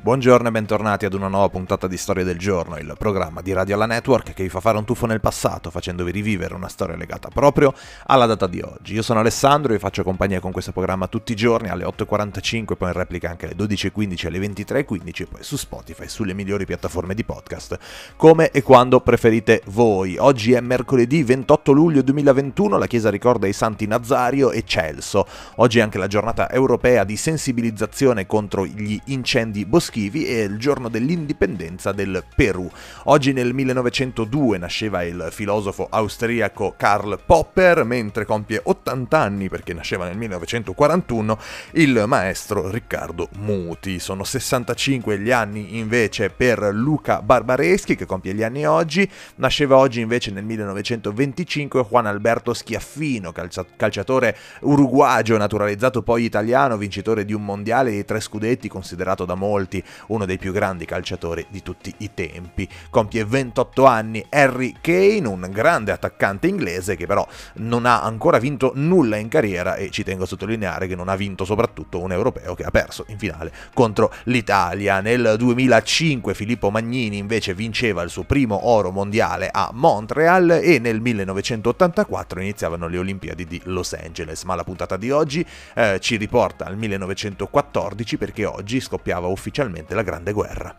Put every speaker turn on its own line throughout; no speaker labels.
Buongiorno e bentornati ad una nuova puntata di Storia del Giorno, il programma di Radio Alla Network che vi fa fare un tuffo nel passato, facendovi rivivere una storia legata proprio alla data di oggi. Io sono Alessandro e vi faccio compagnia con questo programma tutti i giorni alle 8.45, poi in replica anche alle 12.15 e alle 23.15 e poi su Spotify, sulle migliori piattaforme di podcast, come e quando preferite voi. Oggi è mercoledì 28 luglio 2021, la Chiesa ricorda i santi Nazario e Celso. Oggi è anche la giornata europea di sensibilizzazione contro gli incendi boschivi e il giorno dell'indipendenza del Perù. Oggi nel 1902 nasceva il filosofo austriaco Karl Popper, mentre compie 80 anni, perché nasceva nel 1941, il maestro Riccardo Muti. Sono 65 gli anni invece per Luca Barbareschi, che compie gli anni oggi. Nasceva oggi invece nel 1925 Juan Alberto Schiaffino, calciatore uruguagio naturalizzato poi italiano, vincitore di un mondiale e di 3 scudetti, considerato da molti uno dei più grandi calciatori di tutti i tempi. Compie 28 anni Harry Kane, un grande attaccante inglese che però non ha ancora vinto nulla in carriera, e ci tengo a sottolineare che non ha vinto soprattutto un europeo, che ha perso in finale contro l'Italia. Nel 2005 Filippo Magnini invece vinceva il suo primo oro mondiale a Montreal e nel 1984 iniziavano le Olimpiadi di Los Angeles. Ma la puntata di oggi ci riporta al 1914, perché oggi scoppiava ufficialmente la Grande Guerra.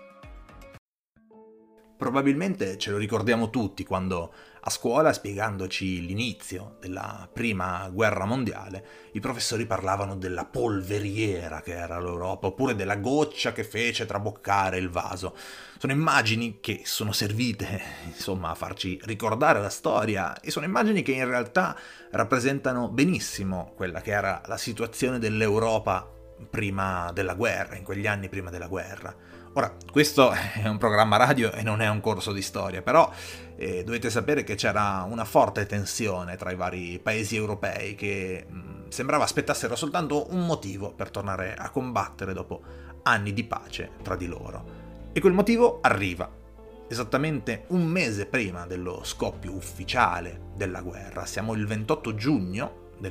Probabilmente ce lo ricordiamo tutti quando a scuola, spiegandoci l'inizio della prima guerra mondiale, i professori parlavano della polveriera che era l'Europa, oppure della goccia che fece traboccare il vaso. Sono immagini che sono servite, insomma, a farci ricordare la storia, e sono immagini che in realtà rappresentano benissimo quella che era la situazione dell'Europa prima della guerra, in quegli anni prima della guerra. Ora, questo è un programma radio e non è un corso di storia, però dovete sapere che c'era una forte tensione tra i vari paesi europei che sembrava aspettassero soltanto un motivo per tornare a combattere dopo anni di pace tra di loro. E quel motivo arriva esattamente un mese prima dello scoppio ufficiale della guerra. Siamo il 28 giugno del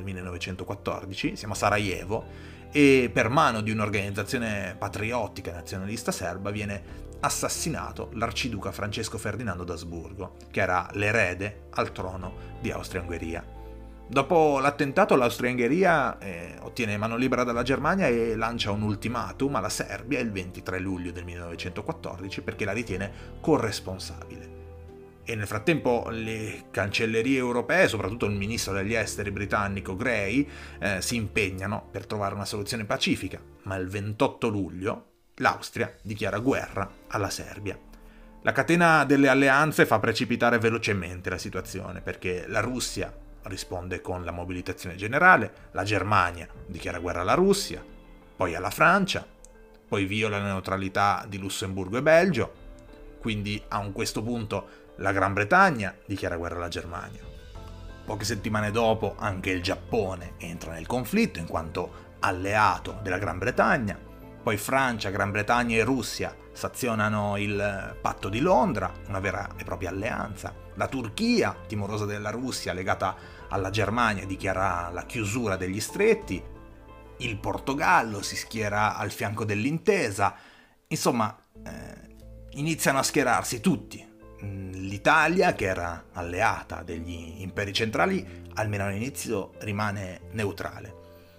1914, siamo a Sarajevo, e per mano di un'organizzazione patriottica nazionalista serba viene assassinato l'arciduca Francesco Ferdinando d'Asburgo, che era l'erede al trono di Austria-Ungheria. Dopo l'attentato l'Austria-Ungheria ottiene mano libera dalla Germania e lancia un ultimatum alla Serbia il 23 luglio del 1914 perché la ritiene corresponsabile. E nel frattempo le cancellerie europee, soprattutto il ministro degli esteri britannico Grey, si impegnano per trovare una soluzione pacifica, ma il 28 luglio l'Austria dichiara guerra alla Serbia. La catena delle alleanze fa precipitare velocemente la situazione, perché la Russia risponde con la mobilitazione generale, la Germania dichiara guerra alla Russia, poi alla Francia, poi viola la neutralità di Lussemburgo e Belgio, quindi a questo punto la Gran Bretagna dichiara guerra alla Germania. Poche settimane dopo anche il Giappone entra nel conflitto in quanto alleato della Gran Bretagna. Poi Francia, Gran Bretagna e Russia sanzionano il patto di Londra, una vera e propria alleanza. La Turchia, timorosa della Russia legata alla Germania, dichiara la chiusura degli stretti. Il Portogallo si schiera al fianco dell'intesa. Insomma, iniziano a schierarsi tutti. L'Italia, che era alleata degli imperi centrali, almeno all'inizio rimane neutrale.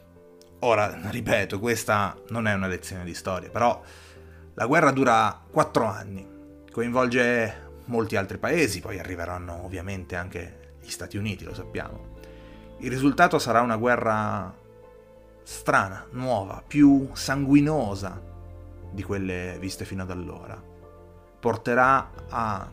Ora, ripeto, questa non è una lezione di storia, però la guerra dura 4 anni, coinvolge molti altri paesi, poi arriveranno ovviamente anche gli Stati Uniti, lo sappiamo. Il risultato sarà una guerra strana, nuova, più sanguinosa di quelle viste fino ad allora. Porterà a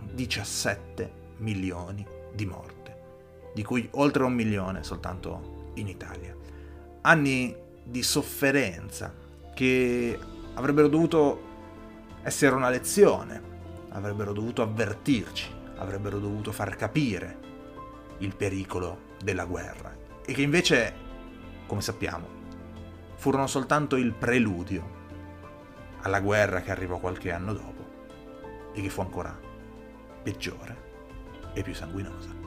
17 milioni di morte, di cui oltre 1 milione soltanto in Italia. Anni di sofferenza che avrebbero dovuto essere una lezione, avrebbero dovuto avvertirci, avrebbero dovuto far capire il pericolo della guerra, e che invece, come sappiamo, furono soltanto il preludio alla guerra che arrivò qualche anno dopo e che fu ancora peggiore e più sanguinosa.